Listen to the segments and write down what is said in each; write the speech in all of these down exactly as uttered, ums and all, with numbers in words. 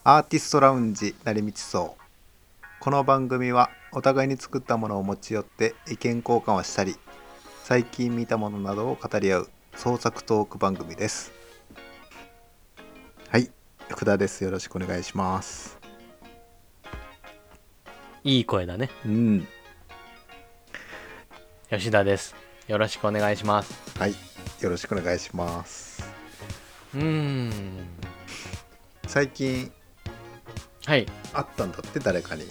アーティストラウンジ成道荘。この番組はお互いに作ったものを持ち寄って意見交換をしたり、最近見たものなどを語り合う創作トーク番組です。はい、福田です。よろしくお願いします。 いい声だね。 うん。 吉田です。よろしくお願いします。 はい、よろしくお願いします。 うーん。 最近はい。 会ったんだって誰かに。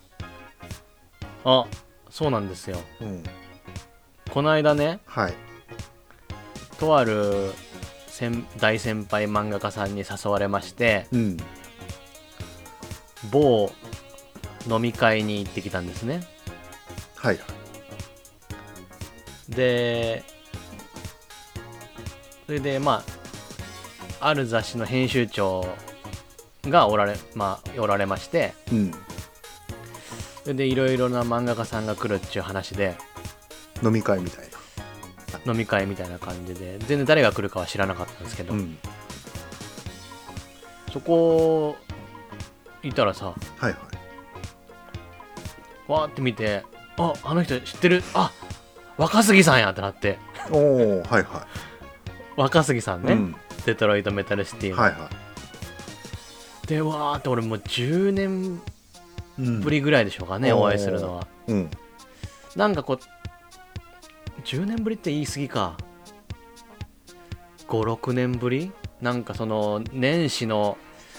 あ、そうなんですよ。 うん。 この間ね、 はい。 とある先大先輩漫画家さんに誘われまして、 うん。 某飲み会に行ってきたんですね。 はいはい。 で、それでまあある雑誌の編集長がおられまあおられまして、 うん。 それでいろいろな漫画家さんが来るっていう話で、 飲み会みたいな。 飲み会みたいな感じで、全然誰が来るかは知らなかったんですけど、 うん。 そこいたらさ、 はいはい。 わーって見て、あ、あの人知ってる、あ、若杉さんやってなって。 おお、はいは若杉さんい。 ね、 うん。 デトロイトメタルシティの、 はいはで、わーって俺もうじゅうねんい。うん。 ぶりぐらいでしょうかね、お会いするのは。 うん。 なんかこうじゅうねんぶりって言い過ぎか、ご、ろくねんぶり、なんかその年始の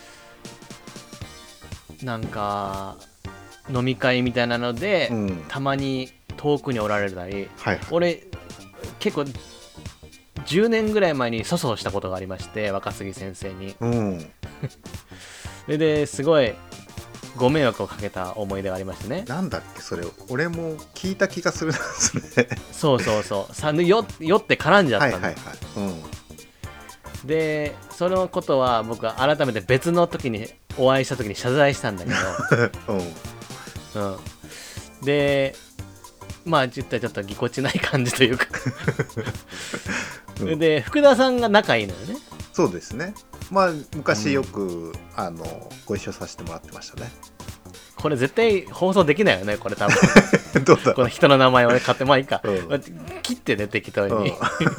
なんか飲み会みたいなので、 うん、 たまに遠くにおられたり、 はいはい、 俺結構じゅうねんぐらい前に粗相したことがありまして、若杉先生に。 うん、 それですごいご迷惑をかけた思い出がありましてね。 なんだっけそれ、俺も聞いた気がするなそれ。 そうそうそうさよ酔って絡んじゃったんだ、 はいはいはい、うん、 でそのことは僕は改めて別の時にお会いした時に謝罪したんだけど、うんうん、でまあちょっとちょっとぎこちない感じというかうん、 で福田さんが仲いいのよね。 そうですね。まあ昔よく、 うん、 あのご一緒させてもらってましたね。 これ絶対放送できないよね、これ多分。 どうだろう、 この人の名前をね買ってまあいいか、 うん、 切ってね適当に、 うん、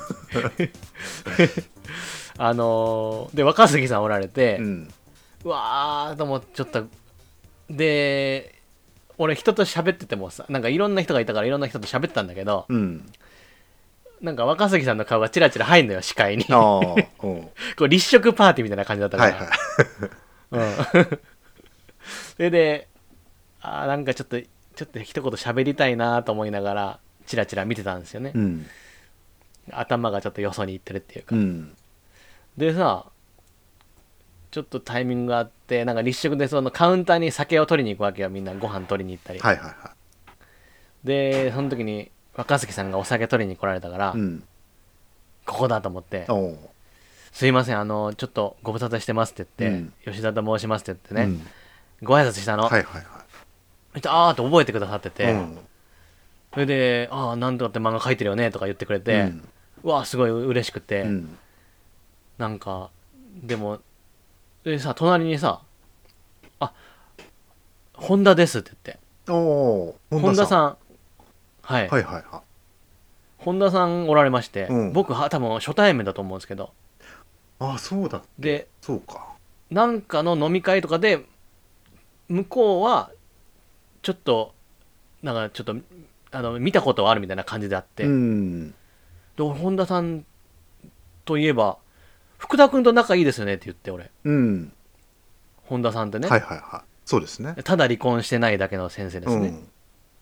あのー、で若杉さんおられて、 うん、 うわーともちょっとで俺人と喋っててもさ、なんかいろんな人がいたからいろんな人と喋ったんだけど、 うん、 なんか若杉さんの顔がチラチラ入んのよ視界に。 あ、うん、 こう立食パーティーみたいな感じだったから、 はいはい、 うん、それであーなんかちょっとちょっと一言喋りたいなと思いながらチラチラ見てたんですよね、 うん、 頭がちょっとよそに行ってるっていうか、 うん、 でさちょっとタイミングがあって、なんか立食でそのカウンターに酒を取りに行くわけよ、みんなご飯取りに行ったり、 はいはいはい、 でその時に若杉さんがお酒取りに来られたから、 うん、 ここだと思って、 お、 すいません、あのちょっとご無沙汰してますって言って、うん、吉田と申しますって言ってね、うん、ご挨拶したの。 はいはいはい、 あーって覚えてくださってて、 うん、 それでああなんとかって漫画描いてるよねとか言ってくれて、うん、うわすごい嬉しくて、うん、なんかでもでさ隣にさ、あ、本田ですって言って、 お、 本田さん、はい、 はいはいはい、 本田さんおられまして、うん、僕は多分初対面だと思うんですけど、 あ、そうだっけ、 で、 そうか、 なんかの飲み会とかで向こうはちょっとなんかちょっとあの見たことはあるみたいな感じであって、うん、で本田さんといえば福田君と仲いいですよねって言って、俺、うん、本田さんってね、 はいはいはい、そうですね、 ただ離婚してないだけの先生ですね、うん、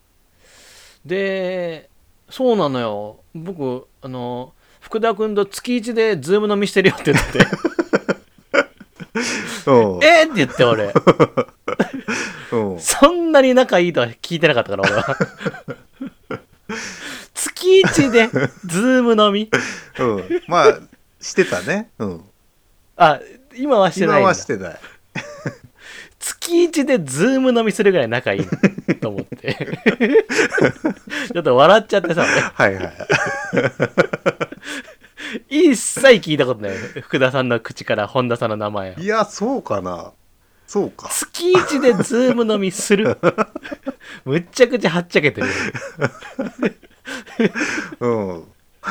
でそうなのよ、僕あの福田君と月一でズーム飲みしてるよって言っててえって言って、俺そんなに仲いいとは聞いてなかったから俺は月一でズーム飲み、 うん、まあしてたね、うん、 あ、今はしてないんだ。 今はしてない月一でズーム飲みするぐらい仲いいと思ってちょっと笑っちゃってさ、 はいはい一切聞いたことない、福田さんの口から本田さんの名前。 いやそうかな、 そうか。 月一でズーム飲みするむっちゃくちゃはっちゃけてるうん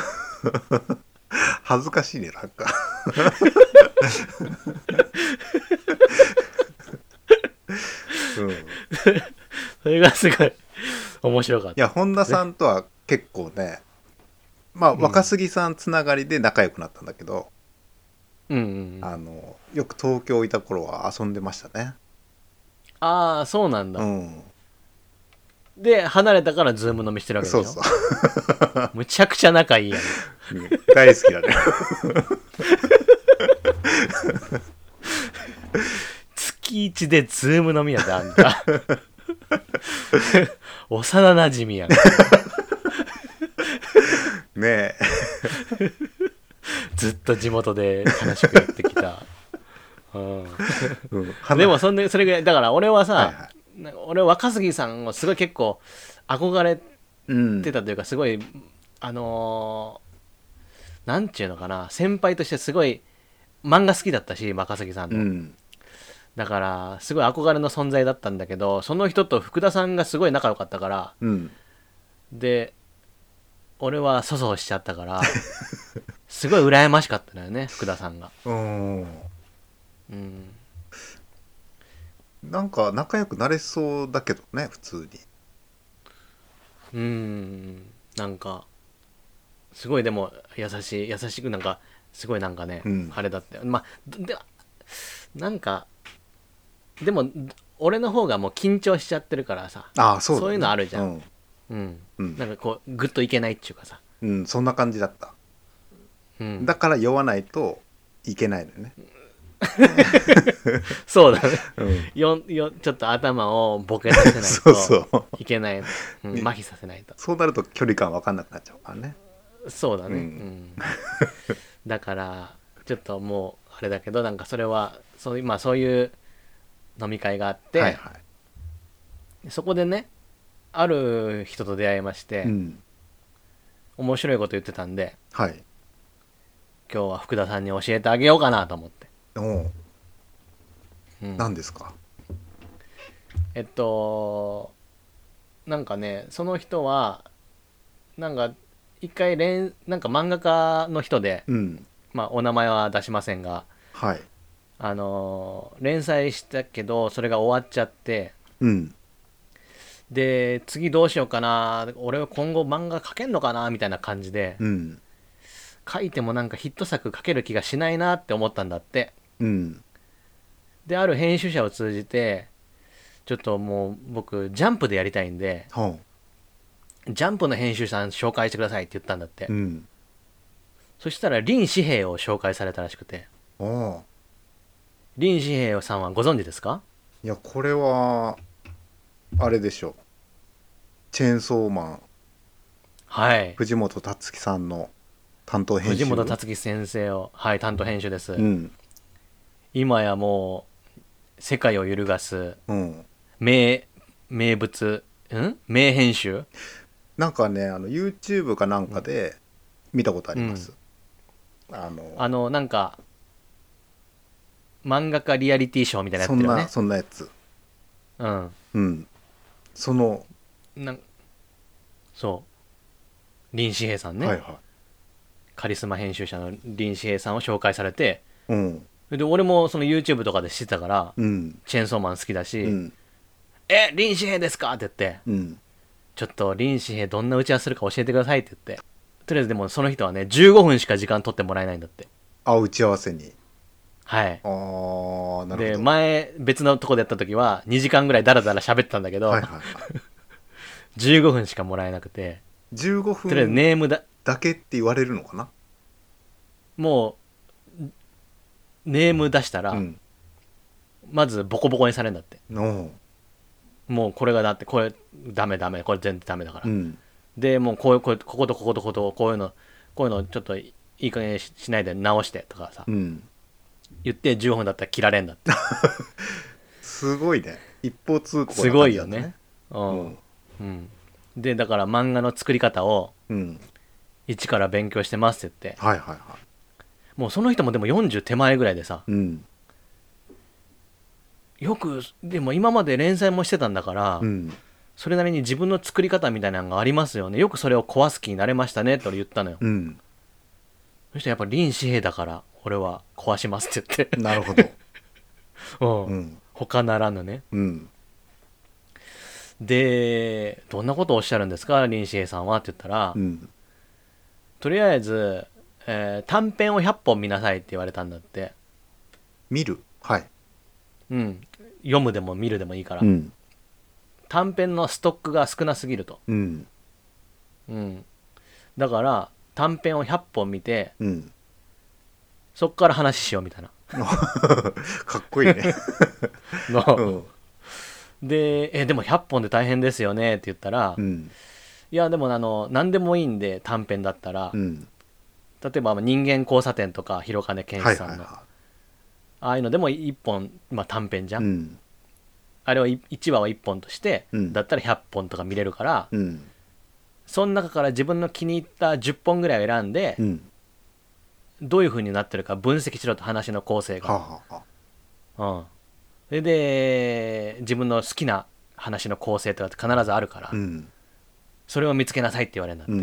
恥ずかしいねなんかうん、 それがすごい面白かった。 いや本田さんとは結構ね、まあ若杉さんつながりで仲良くなったんだけど、 うんうん、 あのよく東京いた頃は遊んでましたね。 ああそうなんだ、 うん、 で離れたからズーム飲みしてるわけでしょ。 そうそうむちゃくちゃ仲いいやん大好きだね月一でズーム飲みやであんた幼なじみやんねえずっと地元で楽しくやってきた、うんうん、 でもそんでそれぐらいだから俺はさ、 はいはい、 俺若杉さんをすごい結構憧れうんてたというか、すごいあのー、なんちゅうのかな、先輩としてすごい漫画好きだったし若杉さんの、うん、だからすごい憧れの存在だったんだけど、その人と福田さんがすごい仲良かったから、うん、で俺は粗相しちゃったからすごい羨ましかったのよね福田さんが。うん、 うん、なんか仲良くなれそうだけどね普通に。 うーん、なんかすごいでも優しい優しくなんかすごいなんかね、うん、あれだったよ。まあでなんかでも俺の方がもう緊張しちゃってるからさ、 あ、そうだね、 そういうのあるじゃん、うんうんうん、なんかこうグッといけないっていうかさ、 うん、そんな感じだった、うん、だから酔わないといけないのよねそうだね、うん、よよちょっと頭をボケさせないといけないそうそう、うん、麻痺させないと。 そうなると距離感分かんなくなっちゃうからね。 そうだね、うんうん、だからちょっともうあれだけど、なんかそれはそういう、まあ、そういう飲み会があって、はいはい、そこでねある人と出会いまして、うん、面白いこと言ってたんで、はい、今日は福田さんに教えてあげようかなと思って。おう、 うん、何ですか。 えっとなんかね、その人はなんか一回連なんか漫画家の人で、うん、まあお名前は出しませんが、はい、あの連載したけどそれが終わっちゃって、うん、で次どうしようかな、俺は今後漫画描けんのかなみたいな感じで、うん、描いてもなんかヒット作描ける気がしないなって思ったんだって、うん、である編集者を通じて、ちょっともう僕ジャンプでやりたいんで、はあ、ジャンプの編集者さん紹介してくださいって言ったんだって、うん、そしたら林志平を紹介されたらしくて。ああ、林志平さんはご存知ですか。 いやこれはあれでしょう、チェーンソーマン、はい、藤本達樹さんの担当編集、 藤本達樹先生を、はい、担当編集です、うん、今やもう世界を揺るがす、うん、名名物ん名編集、 なんかね、あの YouTube かなんかで見たことあります、 うん、あのあのなんか漫画家リアリティショーみたいなやってるよね。 そんなそんなやつ、うんうん、そのなんそう林志平さんね、はいはい、カリスマ編集者の林志平さんを紹介されて、うん、で俺もその YouTube とかで知ってたから、うん、チェーンソーマン好きだし、うん、え林志平ですかって言って、うん、ちょっと林志平どんな打ち合わせするか教えてくださいって言って、とりあえずでもその人はねじゅうごふんしか時間取ってもらえないんだって。 あ、打ち合わせに。 はい。あー、なるほど。で前別のとこでやった時はにじかんぐらいダラダラ喋ってたんだけど、はいはいはい、じゅうごふんしかもらえなくて、 じゅうごふんとりあえずネームだだけって言われるのかな。 もうネーム出したら、うん、まずボコボコにされるんだって。もうこれがだってこれダメダメこれ全然ダメだから、うん、でもうこういうこうこことこことこことこういうのこういうのちょっといい加減に し, しないで直してとかさ、うん、言ってじゅうごふんだったら切られんだってすごいね、一方通行な感じだね。 すごいよね、うんうんうん、でだから漫画の作り方を一から勉強してますって言って、はいはいはい、もうその人もでもよんじゅう手前ぐらいでさ、うん、 よくでも今まで連載もしてたんだから、うん、それなりに自分の作り方みたいなのがありますよね。よくそれを壊す気になれましたねって俺言ったのよ、うん、そしてやっぱ林志平だから俺は壊しますって言ってなるほどうん、うん、他ならぬね、うん、でどんなことをおっしゃるんですか林志平さんはって言ったら、うん、とりあえず、えー、短編をひゃっぽん見なさいって言われたんだって。 見る、はい、 うん、読むでも見るでもいいから、うん、短編のストックが少なすぎると、うんうん、だから短編をひゃっぽん見て、うん、そっから話しようみたいなかっこいいねの、うん、でえでもひゃっぽんで大変ですよねって言ったら、うん、いやでもあの何でもいいんで短編だったら、うん、例えば人間交差点とか広金健一さんの、はいはいはい、ああいうのでもいっぽん、まあ、短編じゃん、うん、あれはいちわをいっぽんとして、うん、だったらひゃっぽんとか見れるから、うん、その中から自分の気に入ったじゅっぽんぐらいを選んで、うん、どういう風になってるか分析しろと、話の構成が、ははは、うん、それで自分の好きな話の構成とかって必ずあるから、うん、それを見つけなさいって言われるんだって、うん、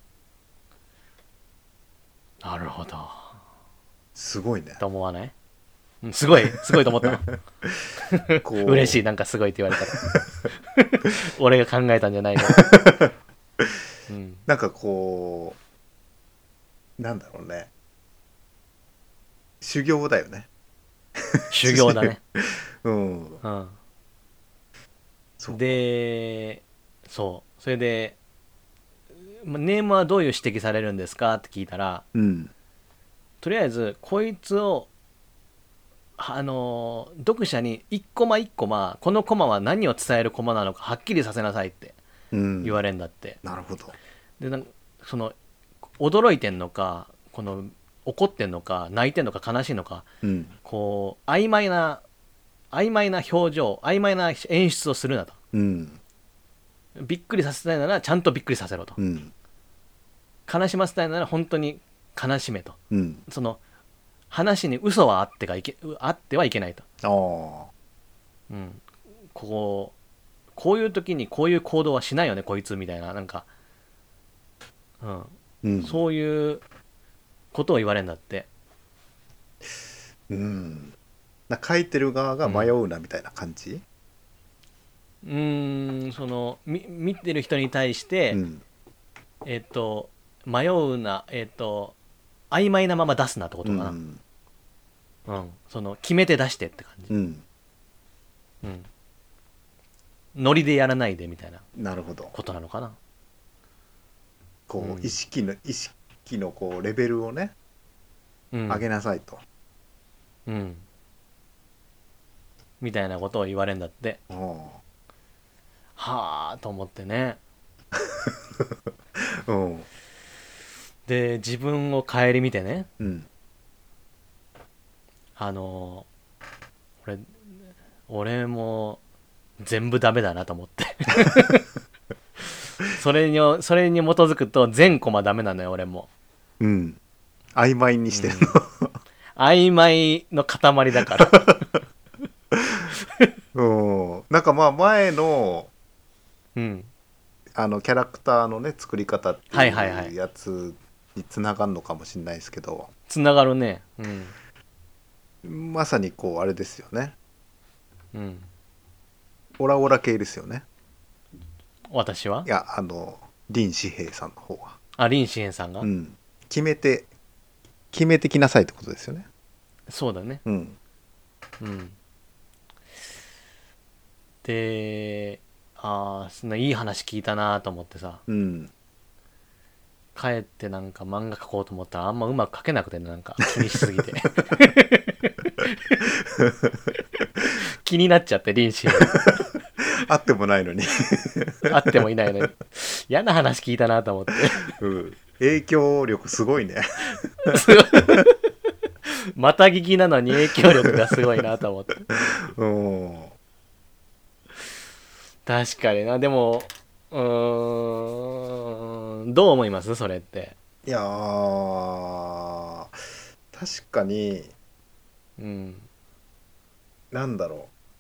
なるほど、 すごいねと思わない？すごいすごいと思った嬉しい、なんかすごいって言われたら俺が考えたんじゃないの、 うん、なんかこうなんだろうね、修行だよね修行だねうん、うん、 そうでそうそれでネームはどういう指摘されるんですかって聞いたら、うん、とりあえずこいつをあの読者に一コマ一コマこのコマは何を伝えるコマなのかはっきりさせなさいって言われるんだって、 うん、なるほど。 でなんその驚いてんのかこの怒ってんのか泣いてんのか悲しいのか、うん、こう曖昧な曖昧な表情曖昧な演出をするなと、うん、びっくりさせたいならちゃんとびっくりさせろと、うん、悲しませたいなら本当に悲しめと、うん、その話に嘘はあってがいけあってはいけないと、あ、うん、こうこういう時にこういう行動はしないよねこいつみたいな、なんか、うんうん、そういうことを言われるんだって。 うん、な書いてる側が迷うなみたいな感じ、 うん、うーんそのみ見てる人に対して、うん、えっ、ー、と迷うなえっ、ー、と曖昧なまま出すなってことかな、うんうん、その決めて出してって感じ、うんうん、ノリでやらないでみたいななるほどことなのかな。 こう、うん、意識の意識のこうレベルをね、うん、上げなさいと、うん、 みたいなことを言われるんだって。はあと思ってね、うん、で自分を顧みてね、うん、あの俺俺も全部ダメだなと思ってそれにそれに基づくと全コマダメなのよ俺も。 うん曖昧にしてるの、 うん、曖昧の塊だからうんなんかまあ前の、うん、あのキャラクターのね作り方っていうやつにつながるのかもしれないですけど、はいはいはい、 つながるね、 うん、まさにこうあれですよね、うん、オラオラ系ですよね。 私はいやあの林志平さんの方はあ林志平さんが、うん、 決めて決めてきなさいってことですよね。 そうだね、うんうん、でああそんないい話聞いたなと思ってさ、うん、帰ってなんか漫画描こうと思ったらあんまうまく描けなくて、ね、なんか気にしすぎて気になっちゃって林志平会ってもないのに会ってもいないのに嫌な話聞いたなと思って、 うん、影響力すごいねまた聞きなのに影響力がすごいなと思って、うん、確かにな。でもうーんどう思いますそれって。 いやー確かに、うん、なんだろ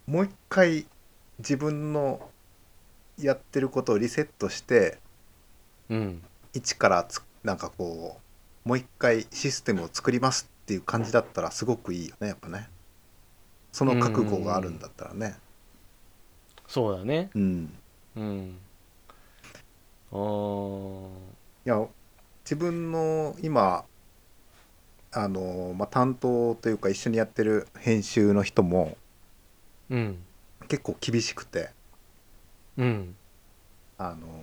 もう一回自分のやってることをリセットして、 うん、 一からつなんかこうもう一回システムを作りますっていう感じだったらすごくいいよね、やっぱね。そうん、うの覚悟があるんん、 だったらね。 そうだね。 うん。 うん。あー、 いや、自分の今あの、まあ、担当というか一緒にやってる編集の人もうん、 結構厳しくて、 うん、 あの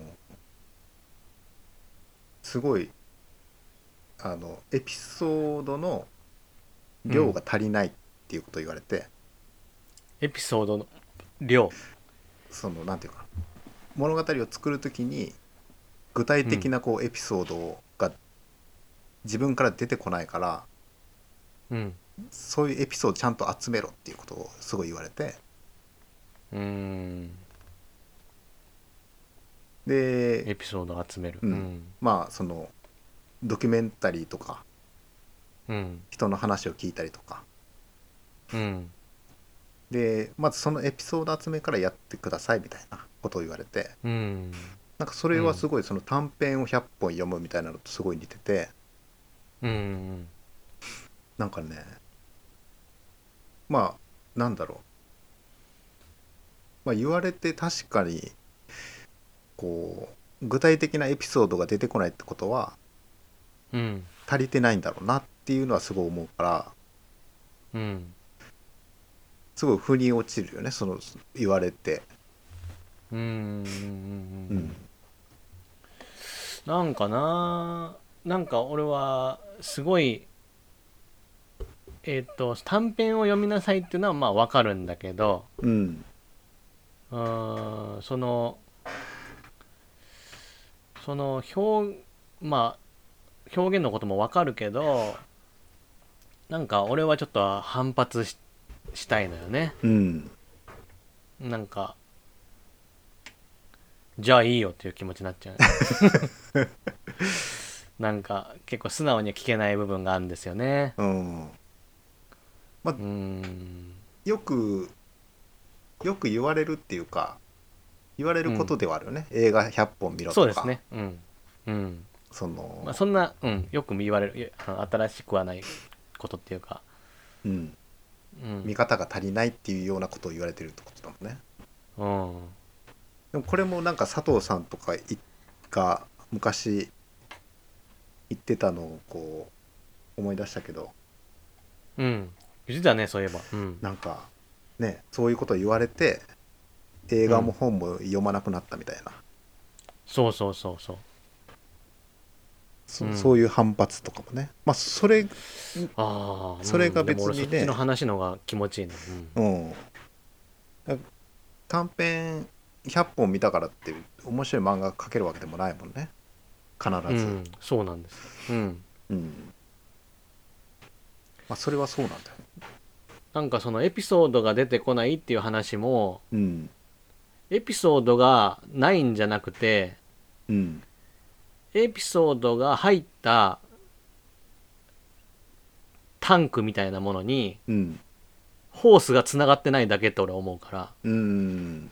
すごいあのエピソードのうん。 量が足りないっていうことを言われて、 エピソードの量。 そのなんていうかな、物語を作るときに具体うん、 的なこうエピソードが自分から出てこないから、 うん、 そういうエピソードちゃんと集めろっていうことをすごい言われて、 うーん。 で、 エピソードを集める。 うん、 うん、 まあそのドキュメンタリーとかうん、 人の話を聞いたりとかうん、 で、まずそのエピソード集めからやってくださいみたいなことを言われて、 うん、 なんかそれはすうん、 ごいその短編をひゃっぽん読むみたいなのとすごい似てて、 うん、 なんかね、まあなんだろう、まあ、言われて確かにこう具体的なエピソードが出てこないってことはうん、 足りてないんだろうなっていうのはすごい思うから、 うん、 すごい腑に落ちるよね、その言われて。 うん、うん、うん、ううん。 ん。なんかな、なんか俺はすごい、えっと短編を読みなさいっていうのはまあわかるんだけど、 うん。 うーん、そのその表まあ表現のこともわかるけど、なんか俺はちょっと反発し、したいのよね。 うん。 なんかじゃあいいよっていう気持ちになっちゃう。なんか結構素直には聞けない部分があるんですよね。 うん。まあうーん、 よくよく言われるっていうか、言われることうん、 ではあるよね、映画ひゃっぽん見ろとか。 そうですね。うん、うん。 そのまあそんな、うん、よく言われる、いやあの新しくはないことっていうか、 うん、 うん、 見方が足りないっていうようなことを言われてるってことだもんね。 うん、 でもこれもなんか佐藤さんとかが昔言ってたのをこう思い出したけど、 うん。言ってたね、そういえば。うん、 なんかね、そういうことを言われて映うん。 画も本も読まなくなったみたいな、 そうそうそうそう。うそ、そうん。 いう反発とかもね、まあそれああ、うそれがん。でも俺そっちの別にね、 話の方が気持ちいいな。 うん、短編ひゃっぽん見たからって面白い漫画描けるわけでもないもんね、必うん。うず。 ん、そうなんですよ。うん。 うん。まあそれはそうなんだよ。 なんかそのエピソードが出てこないっていう話も、 うん。 エピソードがないんじゃなくて、 うん。 エピソードが入ったタンクみたいなものに、 うん。 ホースが繋がってないだけって俺は思うから、 うん。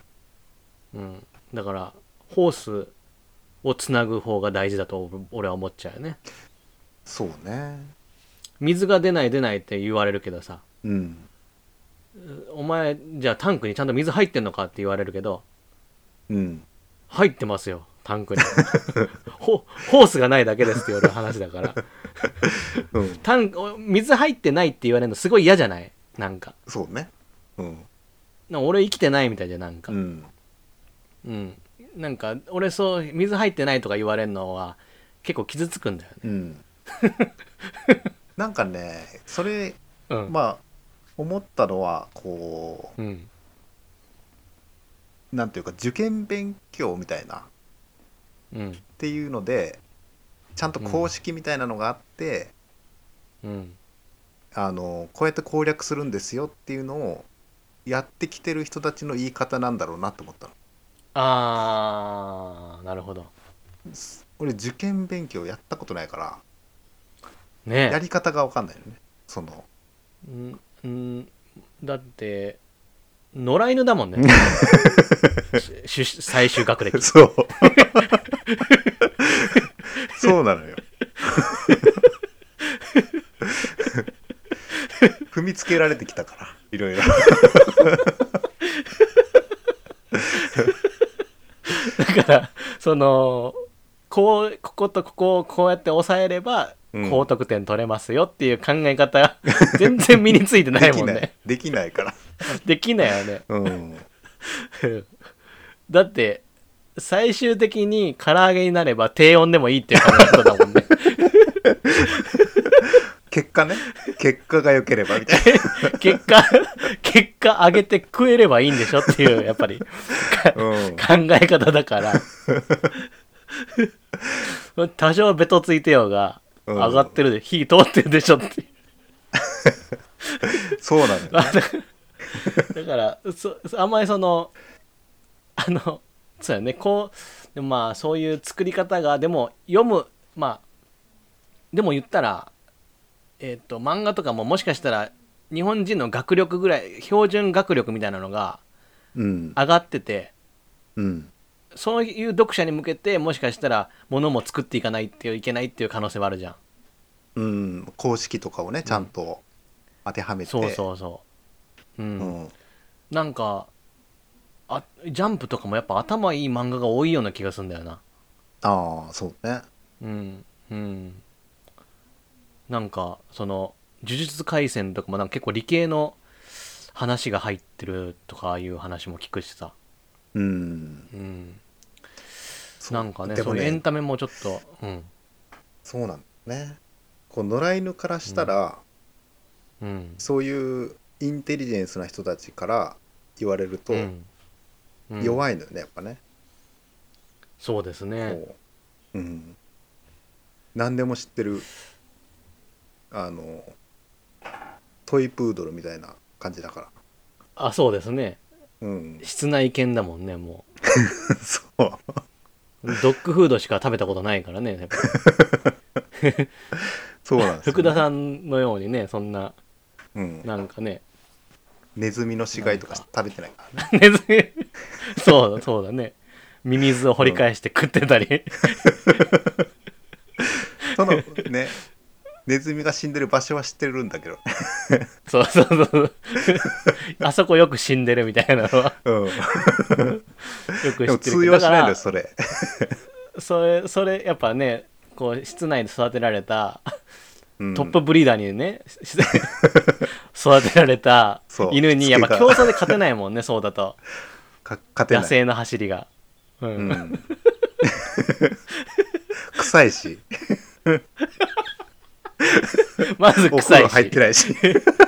うん。だから、ホースをつなぐ方が大事だと俺は思っちゃうよね。 そうね。 水が出ない出ないって言われるけどさ、 うん。 お前じゃあタンクにちゃんと水入ってんのかって言われるけど、 うん。 入ってますよタンクに。ホホースがないだけですって言われる話だから、 うん。 タン水入ってないって言われるのすごい嫌じゃない？なんかそうね。うん。 なんか俺生きてないみたいじゃん、なんか。 うん。 うん。なんか俺そう水入ってないとか言われるのは結構傷つくんだよね。 うん。なんかね、それ、 うん、 まあ、思ったのは、こうん、 う、なんていうか、受験勉強みたいなっうん、 ていうので、ちゃんとうん、 公式みたいなのがあって、 うん。 あの、こうやって攻略するんですよっていうのをやってきてる人たちの言い方なんだろうなって思ったの。 あー、なるほど。 俺、受験勉強やったことないから、やねり方がわかんないよね。その、 え。うん、うん、だって野良犬だもんね最終学歴。 そうそうなのよ踏みつけられてきたからいろいろだからそのこうこことここをこうやって抑えれば高得点取れますよっていう考え方、うん、全然身についてないもんねできない、できないからできないよね、 うん、 だって最終的に唐揚げになれば低温でもいいっていう考え方だもんね結果ね、結果が良ければみたいな結果結果上げて食えればいいんでしょっていうやっぱり、うん、考え方だから多少ベトついてようが上がってるで火通ってるでしょってそうなんだよ、ね、 だからそあんまりそのあのそうやねこうでもまあそういう作り方がでも読むまあでも言ったらえっと漫画とかももしかしたら日本人の学力ぐらい標準学力みたいなのが上がってて、 うん、 そういう読者に向けてもしかしたらものも作っていかないっていけないっていう可能性はあるじゃん。 うん、公式とかをねちゃんと当てはめて、 うん、そうそうそう、うんうん、なんかあジャンプとかもやっぱ頭いい漫画が多いような気がするんだよな。 ああそうね。 うんうんなんかその呪術廻戦とかもなんか結構理系の話が入ってるとかいう話も聞くしさ。 うん、うん、なんか ね, ねそういうエンタメもちょっと、うん、 そうなんだね。こう野良犬からしたら、 うんうん、 そういうインテリジェンスな人たちから言われると、 うんうん、 弱いのよねやっぱね。 そうですね。 う、うん、何でも知ってるあのトイプードルみたいな感じだから。 あそうですね、 うん、 室内犬だもんねもうそうドッグフードしか食べたことないからねやっぱそうなんですよ、ね、 福田さんのようにねそんな、 うん、 なんかねネズミの死骸とか食べてないからねネズミそうだそうだねミミズを掘り返して食ってたり、うん、 そのねネズミが死んでる場所は知ってるんだけどそうそうそうあそこよく死んでるみたいなのは、うん、よく知ってるけど。でも通用しないのよそれそれそれやっぱねこう室内で育てられた、うん、トップブリーダーにね育てられた犬にやっぱ競争で勝てないもんねそうだとか勝てない野生の走りが、うんうん、 臭いしまず臭いしお風呂入ってないし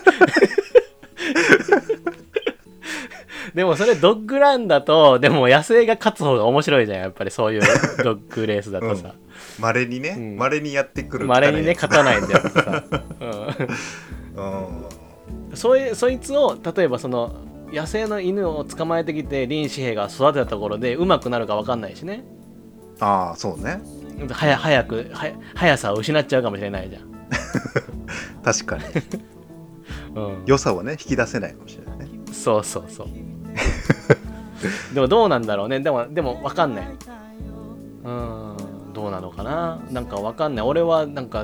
でもそれドッグランだとでも野生が勝つ方が面白いじゃんやっぱりそういうドッグレースだとさまれ、うん、にねまれ、うん、にやってくるまれにね勝たないんだよさ、うんうん、そ, いそいつを例えばその野生の犬を捕まえてきて林志平が育てたところでうまくなるか分かんないしね。 ああそうねはや早くは速さを失っちゃうかもしれないじゃん確かに、うん、良さをね引き出せないかもしれないね。 そうそうそうでもどうなんだろうね。でもでも分かんない。うんどうなのかな。なんか分かんない。俺はなんか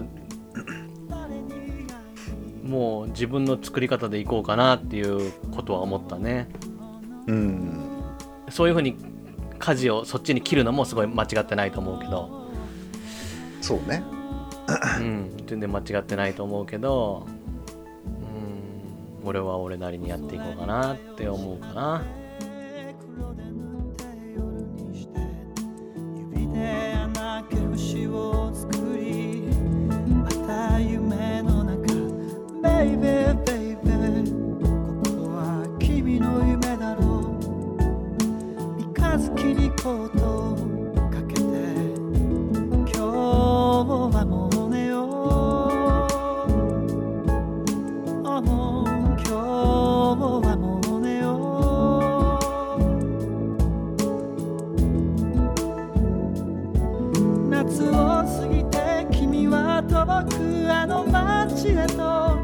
もう自分の作り方でいこうかなっていうことは思ったね。 うんそういう風に舵をそっちに切るのもすごい間違ってないと思うけど。 そうねうん全然間違ってないと思うけど、うん俺は俺なりにやっていこうかなって思うかな。指で穴開け星を作りまた夢の中ベイベーベイベーここは君の夢だろう三日月にコートかけて今日はもう寝ようもう今日はもう寝よう夏を過ぎて君は遠くあの街へと